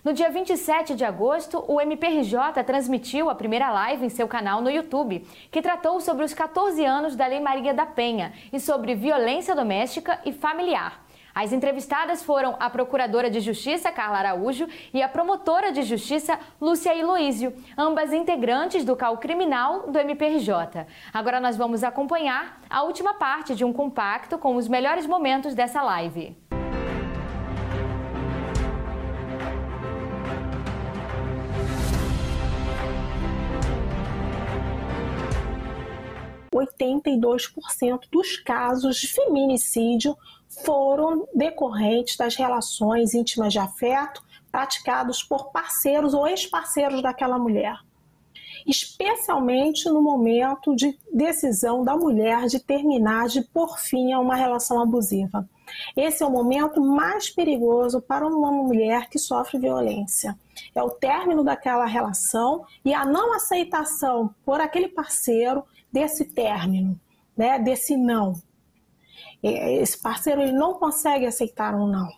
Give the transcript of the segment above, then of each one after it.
No dia 27 de agosto, o MPRJ transmitiu a primeira live em seu canal no YouTube, que tratou sobre os 14 anos da Lei Maria da Penha e sobre violência doméstica e familiar. As entrevistadas foram a Procuradora de Justiça, Carla Araújo, e a Promotora de Justiça, Lúcia Iloísio, ambas integrantes do CAU Criminal do MPRJ. Agora nós vamos acompanhar a última parte de um compacto com os melhores momentos dessa live. 82% dos casos de feminicídio foram decorrentes das relações íntimas de afeto praticados por parceiros ou ex-parceiros daquela mulher, especialmente no momento de decisão da mulher de terminar, de pôr fim a uma relação abusiva. Esse é o momento mais perigoso para uma mulher que sofre violência. É o término daquela relação e a não aceitação por aquele parceiro desse término, né, desse não. Esse parceiro ele não consegue aceitar um não,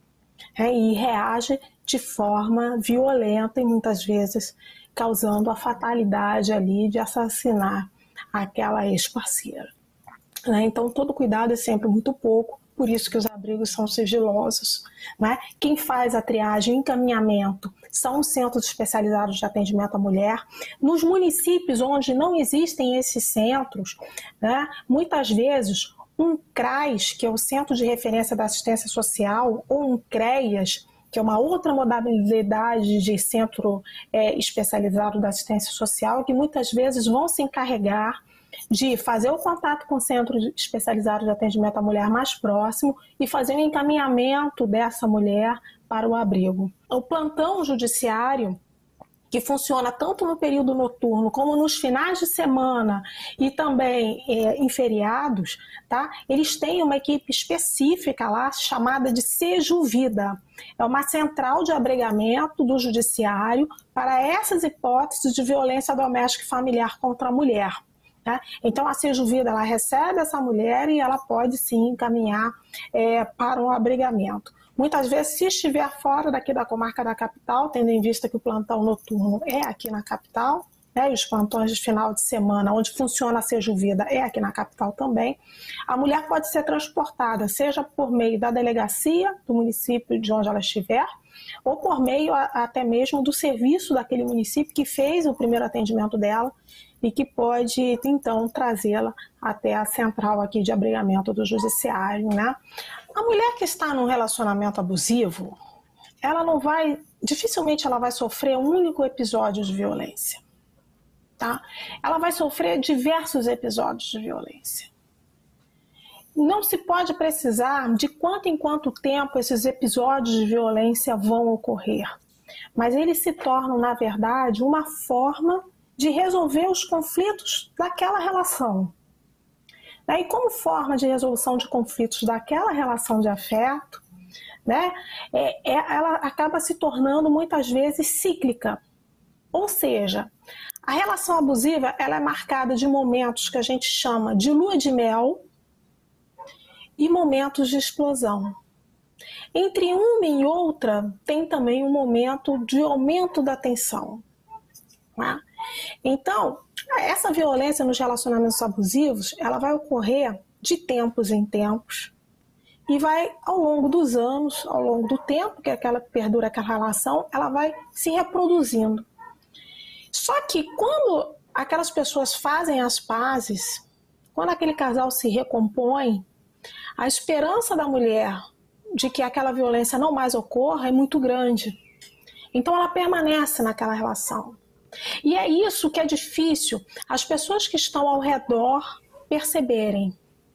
e reage de forma violenta e muitas vezes causando a fatalidade ali de assassinar aquela ex-parceira. Então todo cuidado é sempre muito pouco, por isso que os abrigos são sigilosos. Quem faz a triagem e encaminhamento são os centros especializados de atendimento à mulher. Nos municípios onde não existem esses centros, muitas vezes um CRAS, que é o Centro de Referência da Assistência Social, ou um CREAS, que é uma outra modalidade de centro especializado da assistência social, que muitas vezes vão se encarregar de fazer o contato com o centro especializado de atendimento à mulher mais próximo e fazer o encaminhamento dessa mulher para o abrigo. O plantão judiciário, que funciona tanto no período noturno como nos finais de semana e também em feriados, eles têm uma equipe específica lá chamada de Sejuvida. É uma central de abrigamento do judiciário para essas hipóteses de violência doméstica e familiar contra a mulher. Então a Sejuvida ela recebe essa mulher e ela pode sim encaminhar para um abrigamento. Muitas vezes, se estiver fora daqui da comarca da capital, tendo em vista que o plantão noturno é aqui na capital, e os plantões de final de semana, onde funciona a Sejuvida, é aqui na capital também, a mulher pode ser transportada, seja por meio da delegacia do município de onde ela estiver, ou por meio até mesmo do serviço daquele município que fez o primeiro atendimento dela e que pode, então, trazê-la até a central aqui de abrigamento do judiciário, A mulher que está num relacionamento abusivo, dificilmente ela vai sofrer um único episódio de violência, Ela vai sofrer diversos episódios de violência. Não se pode precisar de quanto em quanto tempo esses episódios de violência vão ocorrer, mas eles se tornam, na verdade, uma forma de resolver os conflitos daquela relação. E como forma de resolução de conflitos daquela relação de afeto, ela acaba se tornando muitas vezes cíclica. Ou seja, a relação abusiva ela é marcada de momentos que a gente chama de lua de mel e momentos de explosão. Entre uma e outra tem também um momento de aumento da tensão. Então, essa violência nos relacionamentos abusivos, ela vai ocorrer de tempos em tempos e vai, ao longo dos anos, ao longo do tempo que perdura aquela relação, ela vai se reproduzindo. Só que quando aquelas pessoas fazem as pazes, quando aquele casal se recompõe, a esperança da mulher de que aquela violência não mais ocorra é muito grande. Então ela permanece naquela relação. E é isso que é difícil as pessoas que estão ao redor perceberem.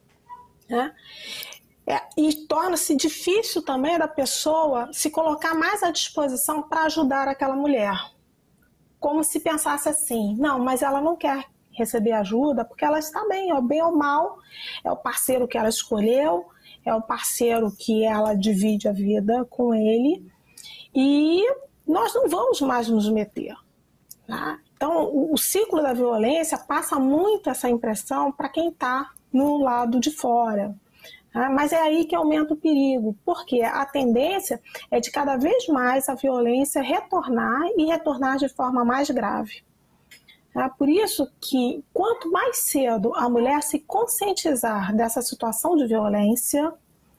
E torna-se difícil também da pessoa se colocar mais à disposição para ajudar aquela mulher. Como se pensasse assim, não, mas ela não quer receber ajuda porque ela está bem ou mal, é o parceiro que ela escolheu, é o parceiro que ela divide a vida com ele e nós não vamos mais nos meter. Então, o ciclo da violência passa muito essa impressão para quem está no lado de fora. Mas é aí que aumenta o perigo, porque a tendência é de cada vez mais a violência retornar e retornar de forma mais grave. Por isso que quanto mais cedo a mulher se conscientizar dessa situação de violência,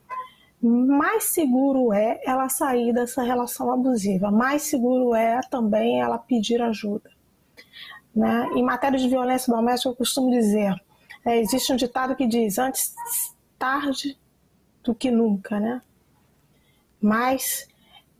mais seguro é ela sair dessa relação abusiva, mais seguro é também ela pedir ajuda. Em matéria de violência doméstica, eu costumo dizer, existe um ditado que diz, antes tarde do que nunca, né? Mas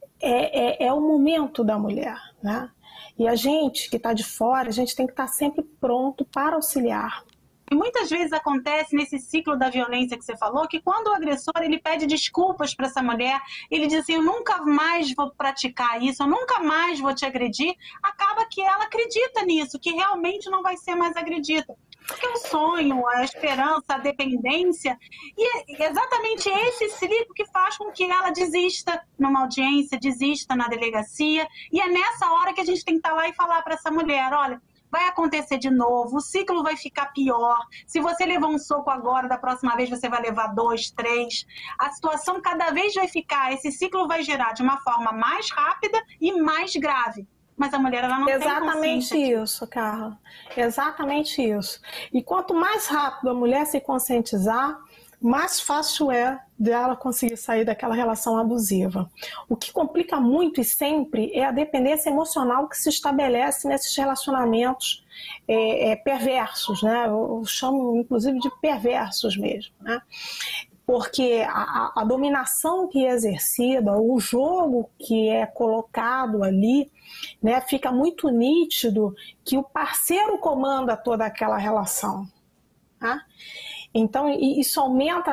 é o momento da mulher, né? E a gente que está de fora, a gente tem que estar sempre pronto para auxiliar. E muitas vezes acontece nesse ciclo da violência que você falou, que quando o agressor ele pede desculpas para essa mulher, ele diz assim, eu nunca mais vou praticar isso, eu nunca mais vou te agredir, acaba que ela acredita nisso, que realmente não vai ser mais agredida. Porque o sonho, a esperança, a dependência, e é exatamente esse ciclo que faz com que ela desista numa audiência, desista na delegacia, e é nessa hora que a gente tem que estar lá e falar para essa mulher, olha, vai acontecer de novo, o ciclo vai ficar pior. Se você levou um soco agora, da próxima vez você vai levar 2, 3. A situação cada vez vai ficar, esse ciclo vai gerar de uma forma mais rápida e mais grave. Mas a mulher ela não tem consciência. Exatamente isso, Carla. Exatamente isso. E quanto mais rápido a mulher se conscientizar, mais fácil é dela conseguir sair daquela relação abusiva. O que complica muito e sempre é a dependência emocional que se estabelece nesses relacionamentos perversos, né? Eu chamo inclusive de perversos mesmo, né? Porque a dominação que é exercida, o jogo que é colocado ali, né, fica muito nítido que o parceiro comanda toda aquela relação, tá? Então, isso aumenta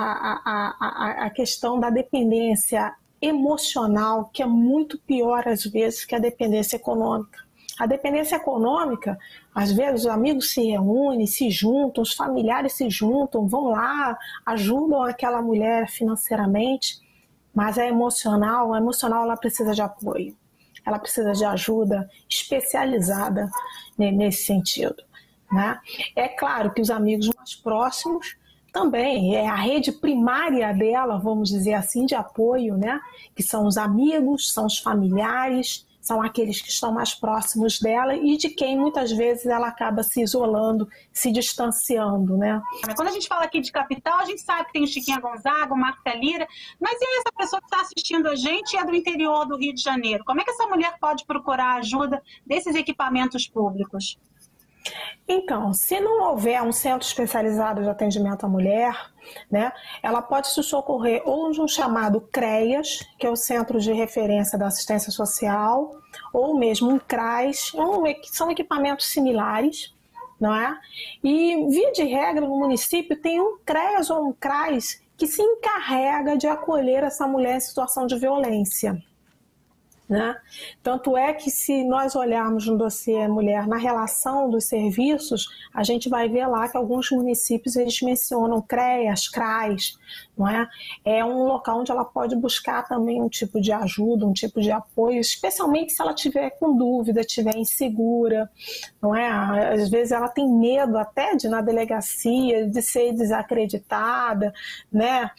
a questão da dependência emocional, que é muito pior, às vezes, que a dependência econômica. A dependência econômica, às vezes, os amigos se reúnem, se juntam, os familiares se juntam, vão lá, ajudam aquela mulher financeiramente, mas a emocional ela precisa de apoio, ela precisa de ajuda especializada nesse sentido. Né? É claro que os amigos mais próximos também, é a rede primária dela, vamos dizer assim, de apoio, né? Que são os amigos, são os familiares, são aqueles que estão mais próximos dela e de quem muitas vezes ela acaba se isolando, se distanciando, né? Quando a gente fala aqui de capital, a gente sabe que tem o Chiquinha Gonzaga, o Marta Lira, mas e essa pessoa que está assistindo a gente é do interior do Rio de Janeiro? Como é que essa mulher pode procurar a ajuda desses equipamentos públicos? Então, se não houver um centro especializado de atendimento à mulher, né, ela pode se socorrer ou de um chamado CREAS, que é o Centro de Referência da Assistência Social, ou mesmo um CRAS, que são equipamentos similares, não é? E, via de regra, no município tem um CREAS ou um CRAS que se encarrega de acolher essa mulher em situação de violência. Né? Tanto é que se nós olharmos no dossiê mulher na relação dos serviços, a gente vai ver lá que alguns municípios eles mencionam CREAS, CRAS, não é? É um local onde ela pode buscar também um tipo de ajuda, um tipo de apoio, especialmente se ela estiver com dúvida, estiver insegura, não é? Às vezes ela tem medo até de ir na delegacia, de ser desacreditada, né?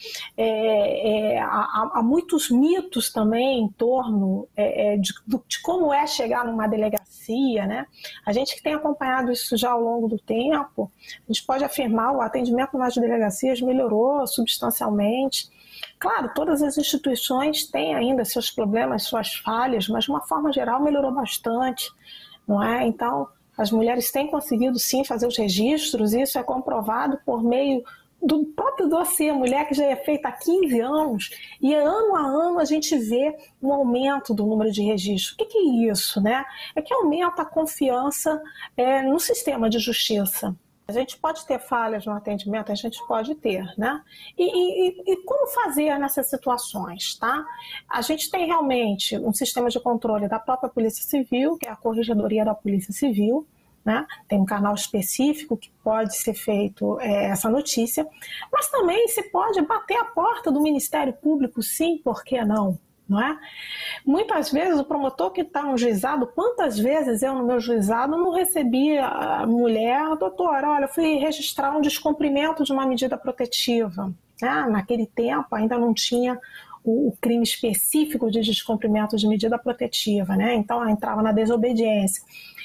Há muitos mitos também em torno de como é chegar numa delegacia, né? A gente que tem acompanhado isso já ao longo do tempo, a gente pode afirmar que o atendimento nas delegacias melhorou substancialmente. Claro, todas as instituições têm ainda seus problemas, suas falhas, mas de uma forma geral melhorou bastante, não é? Então, as mulheres têm conseguido sim fazer os registros, isso é comprovado por meio do próprio dossiê mulher, que já é feito há 15 anos, e ano a ano a gente vê um aumento do número de registros. O que é isso, né? É que aumenta a confiança no sistema de justiça. A gente pode ter falhas no atendimento, a gente pode ter, né? E como fazer nessas situações, tá? A gente tem realmente um sistema de controle da própria Polícia Civil, que é a Corregedoria da Polícia Civil, né? Tem um canal específico que pode ser feito essa notícia, mas também se pode bater a porta do Ministério Público, sim, por que não? Não é? Muitas vezes o promotor que está no juizado, quantas vezes eu no meu juizado não recebi a mulher, doutora, olha, eu fui registrar um descumprimento de uma medida protetiva. né? Naquele tempo ainda não tinha o crime específico de descumprimento de medida protetiva, né? Então ela entrava na desobediência.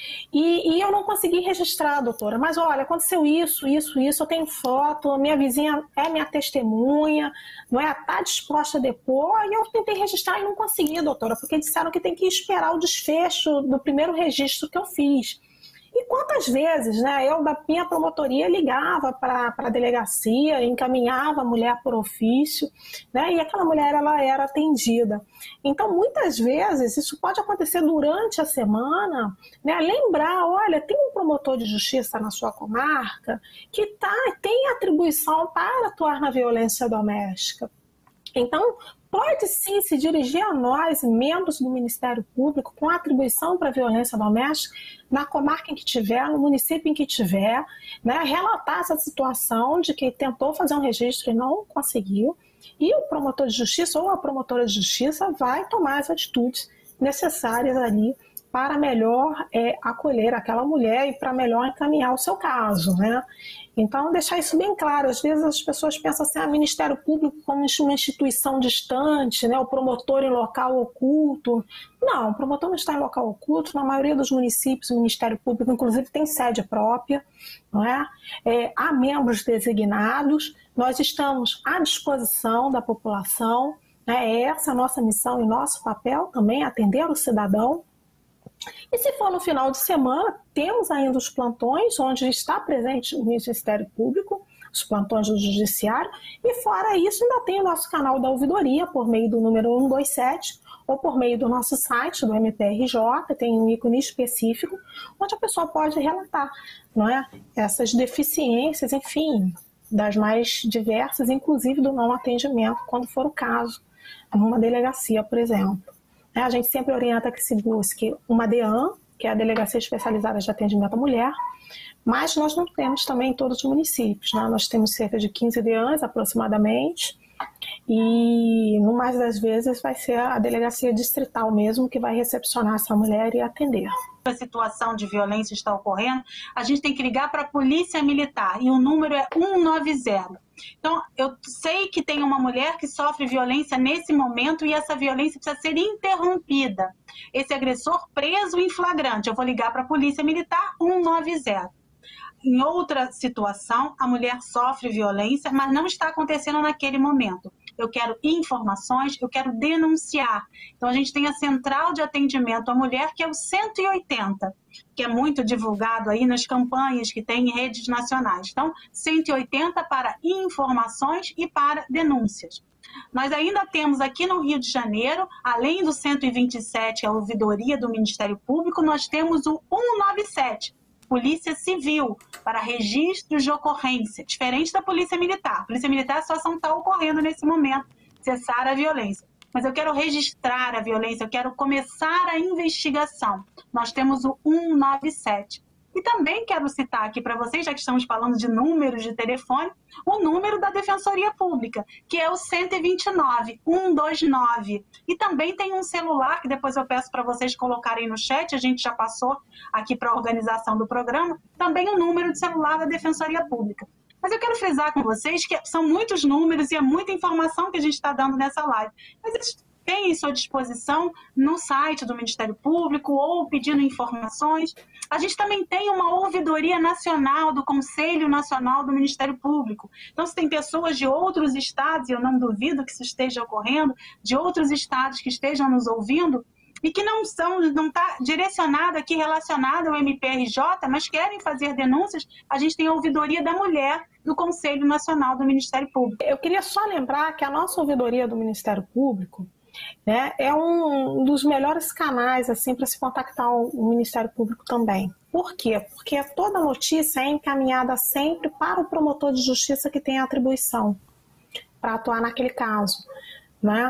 E eu não consegui registrar, doutora, mas olha, aconteceu isso, eu tenho foto, minha vizinha é minha testemunha, não é? Está disposta a depor, e eu tentei registrar e não consegui, doutora, porque disseram que tem que esperar o desfecho do primeiro registro que eu fiz. E quantas vezes, né, eu da minha promotoria ligava para a delegacia, encaminhava a mulher por ofício, né, e aquela mulher ela era atendida. Então, muitas vezes, isso pode acontecer durante a semana, né, lembrar, olha, tem um promotor de justiça na sua comarca que tem atribuição para atuar na violência doméstica. Então, pode sim se dirigir a nós, membros do Ministério Público, com atribuição para violência doméstica, na comarca em que tiver, no município em que tiver, né, relatar essa situação de que tentou fazer um registro e não conseguiu, e o promotor de justiça ou a promotora de justiça vai tomar as atitudes necessárias ali para melhor acolher aquela mulher e para melhor encaminhar o seu caso, né? Então, deixar isso bem claro. Às vezes as pessoas pensam assim, o Ministério Público como uma instituição distante, né? O promotor em local oculto. Não, o promotor não está em local oculto. Na maioria dos municípios, o Ministério Público, inclusive, tem sede própria, não é? Há membros designados. Nós estamos à disposição da população, né? É essa a nossa missão e nosso papel também, atender o cidadão. E se for no final de semana, temos ainda os plantões, onde está presente o Ministério Público, os plantões do Judiciário, e fora isso ainda tem o nosso canal da ouvidoria, por meio do número 127, ou por meio do nosso site, do MPRJ, tem um ícone específico, onde a pessoa pode relatar, não é? Essas deficiências, enfim, das mais diversas, inclusive do não atendimento, quando for o caso, numa delegacia, por exemplo. A gente sempre orienta que se busque uma DEAN, que é a Delegacia Especializada de Atendimento à Mulher, mas nós não temos também em todos os municípios, né? Nós temos cerca de 15 DEANs aproximadamente, e no mais das vezes vai ser a delegacia distrital mesmo que vai recepcionar essa mulher e atender. A situação de violência está ocorrendo, a gente tem que ligar para a Polícia Militar e o número é 190. Então, eu sei que tem uma mulher que sofre violência nesse momento e essa violência precisa ser interrompida. Esse agressor preso em flagrante, eu vou ligar para a Polícia Militar 190. Em outra situação, a mulher sofre violência, mas não está acontecendo naquele momento. Eu quero informações, eu quero denunciar. Então, a gente tem a Central de Atendimento à Mulher, que é o 180, que é muito divulgado aí nas campanhas que tem em redes nacionais. Então, 180 para informações e para denúncias. Nós ainda temos aqui no Rio de Janeiro, além do 127, a ouvidoria do Ministério Público, nós temos o 197, Polícia Civil, para registros de ocorrência, diferente da Polícia Militar. A Polícia Militar, a situação está ocorrendo nesse momento, cessar a violência. Mas eu quero registrar a violência, eu quero começar a investigação. Nós temos o 197. E também quero citar aqui para vocês, já que estamos falando de números de telefone, o número da Defensoria Pública, que é o 129, 129. E também tem um celular, que depois eu peço para vocês colocarem no chat, a gente já passou aqui para a organização do programa, também o número de celular da Defensoria Pública. Mas eu quero frisar com vocês que são muitos números e é muita informação que a gente está dando nessa live. Mas eles têm em sua disposição no site do Ministério Público ou pedindo informações. A gente também tem uma ouvidoria nacional do Conselho Nacional do Ministério Público. Então, se tem pessoas de outros estados, e eu não duvido que isso esteja ocorrendo, de outros estados que estejam nos ouvindo, e que não está direcionado aqui, relacionado ao MPRJ, mas querem fazer denúncias, a gente tem a ouvidoria da mulher do Conselho Nacional do Ministério Público. Eu queria só lembrar que a nossa ouvidoria do Ministério Público, né, é um dos melhores canais assim, para se contactar o Ministério Público também. Por quê? Porque toda notícia é encaminhada sempre para o promotor de justiça que tem a atribuição para atuar naquele caso. Né?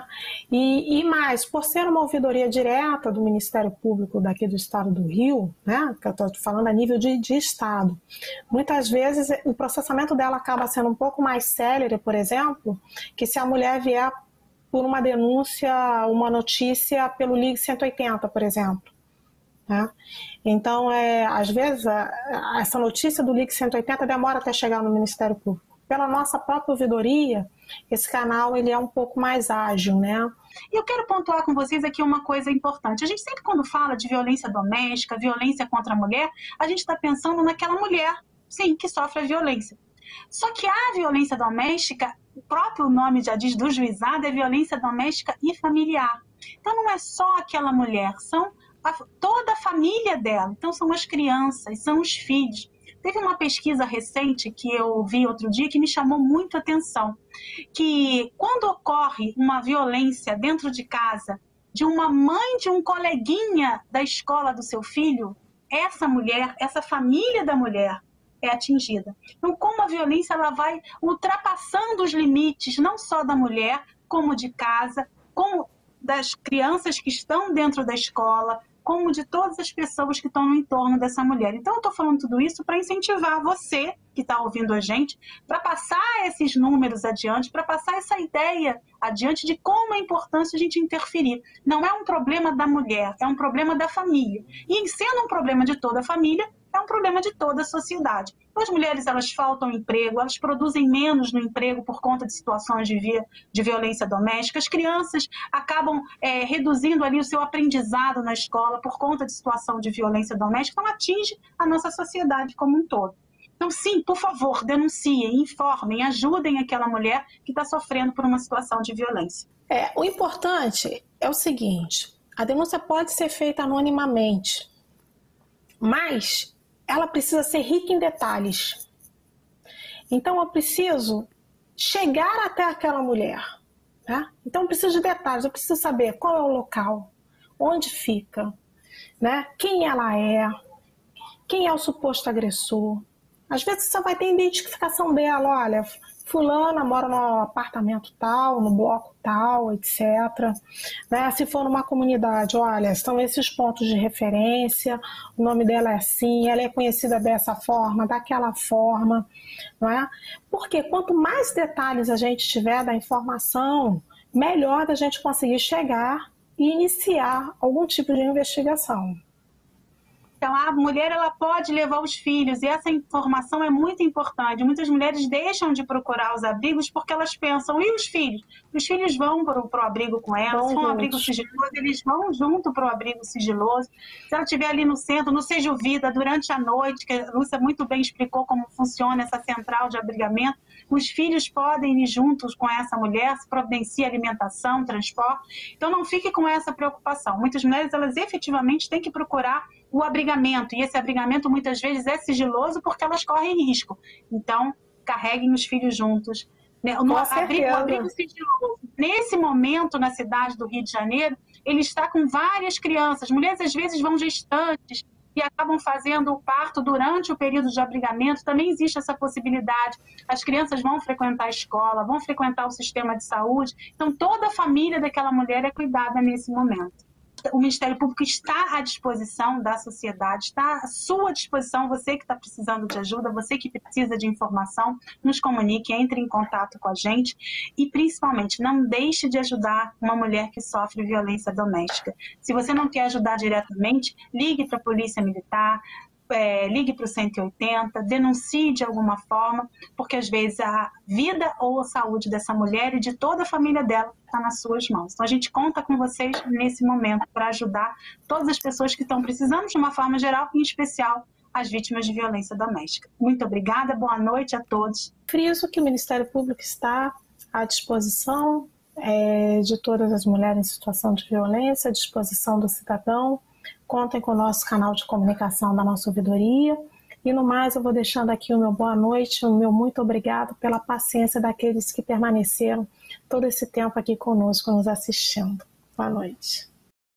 E mais, por ser uma ouvidoria direta do Ministério Público daqui do Estado do Rio, né, que eu estou falando a nível de Estado, muitas vezes o processamento dela acaba sendo um pouco mais célere, por exemplo, que se a mulher vier por uma denúncia, uma notícia pelo Ligue 180, por exemplo. Né? Então, às vezes, essa notícia do Ligue 180 demora até chegar no Ministério Público. Pela nossa própria ouvidoria, esse canal ele é um pouco mais ágil, né? E eu quero pontuar com vocês aqui uma coisa importante. A gente sempre, quando fala de violência doméstica, violência contra a mulher, a gente está pensando naquela mulher, sim, que sofre a violência. Só que a violência doméstica, o próprio nome já diz do juizado, é violência doméstica e familiar. Então não é só aquela mulher, são toda a família dela. Então são as crianças, são os filhos. Teve uma pesquisa recente que eu vi outro dia que me chamou muito a atenção, que quando ocorre uma violência dentro de casa de uma mãe de um coleguinha da escola do seu filho, essa mulher, essa família da mulher é atingida. Então, como a violência ela vai ultrapassando os limites, não só da mulher, como de casa, como das crianças que estão dentro da escola, como de todas as pessoas que estão no entorno dessa mulher. Então, eu estou falando tudo isso para incentivar você, que está ouvindo a gente, para passar esses números adiante, para passar essa ideia adiante de como é importante a gente interferir. Não é um problema da mulher, é um problema da família. E sendo um problema de toda a família, é um problema de toda a sociedade. As mulheres, elas faltam emprego, elas produzem menos no emprego por conta de situações de violência doméstica. As crianças acabam reduzindo ali o seu aprendizado na escola por conta de situação de violência doméstica. Então, atinge a nossa sociedade como um todo. Então, sim, por favor, denunciem, informem, ajudem aquela mulher que está sofrendo por uma situação de violência. O importante é o seguinte, a denúncia pode ser feita anonimamente, mas ela precisa ser rica em detalhes. Então, eu preciso chegar até aquela mulher. Né? Então, eu preciso de detalhes. Eu preciso saber qual é o local, onde fica, né? Quem ela é, quem é o suposto agressor. Às vezes, você vai ter identificação dela. Olha, fulana mora no apartamento tal, no bloco tal, etc. Né? Se for numa comunidade, olha, são esses pontos de referência, o nome dela é assim, ela é conhecida dessa forma, daquela forma. Não é? Porque quanto mais detalhes a gente tiver da informação, melhor a gente conseguir chegar e iniciar algum tipo de investigação. Então, a mulher ela pode levar os filhos, e essa informação é muito importante. Muitas mulheres deixam de procurar os abrigos porque elas pensam, e os filhos? Os filhos vão para o abrigo com elas, se for um abrigo sigiloso, eles vão junto para o abrigo sigiloso. Se ela estiver ali no centro, no Seja Ouvida, durante a noite, que a Lúcia muito bem explicou como funciona essa central de abrigamento, os filhos podem ir juntos com essa mulher, se providencia alimentação, transporte. Então, não fique com essa preocupação. Muitas mulheres, elas efetivamente têm que procurar o abrigamento, e esse abrigamento muitas vezes é sigiloso porque elas correm risco. Então, carreguem os filhos juntos. O abrigo sigiloso, nesse momento na cidade do Rio de Janeiro, ele está com várias crianças. Mulheres às vezes vão gestantes e acabam fazendo o parto durante o período de abrigamento. Também existe essa possibilidade. As crianças vão frequentar a escola, vão frequentar o sistema de saúde. Então, toda a família daquela mulher é cuidada nesse momento. O Ministério Público está à disposição da sociedade, está à sua disposição. Você que está precisando de ajuda, você que precisa de informação, nos comunique, entre em contato com a gente e, principalmente, não deixe de ajudar uma mulher que sofre violência doméstica. Se você não quer ajudar diretamente, ligue para a Polícia Militar, ligue para o 180, denuncie de alguma forma, porque às vezes a vida ou a saúde dessa mulher e de toda a família dela está nas suas mãos. Então a gente conta com vocês nesse momento para ajudar todas as pessoas que estão precisando de uma forma geral, em especial as vítimas de violência doméstica. Muito obrigada, boa noite a todos. Friso que o Ministério Público está à disposição de todas as mulheres em situação de violência, à disposição do cidadão. Contem com o nosso canal de comunicação da nossa ouvidoria. E no mais, eu vou deixando aqui o meu boa noite, o meu muito obrigado pela paciência daqueles que permaneceram todo esse tempo aqui conosco, nos assistindo. Boa noite.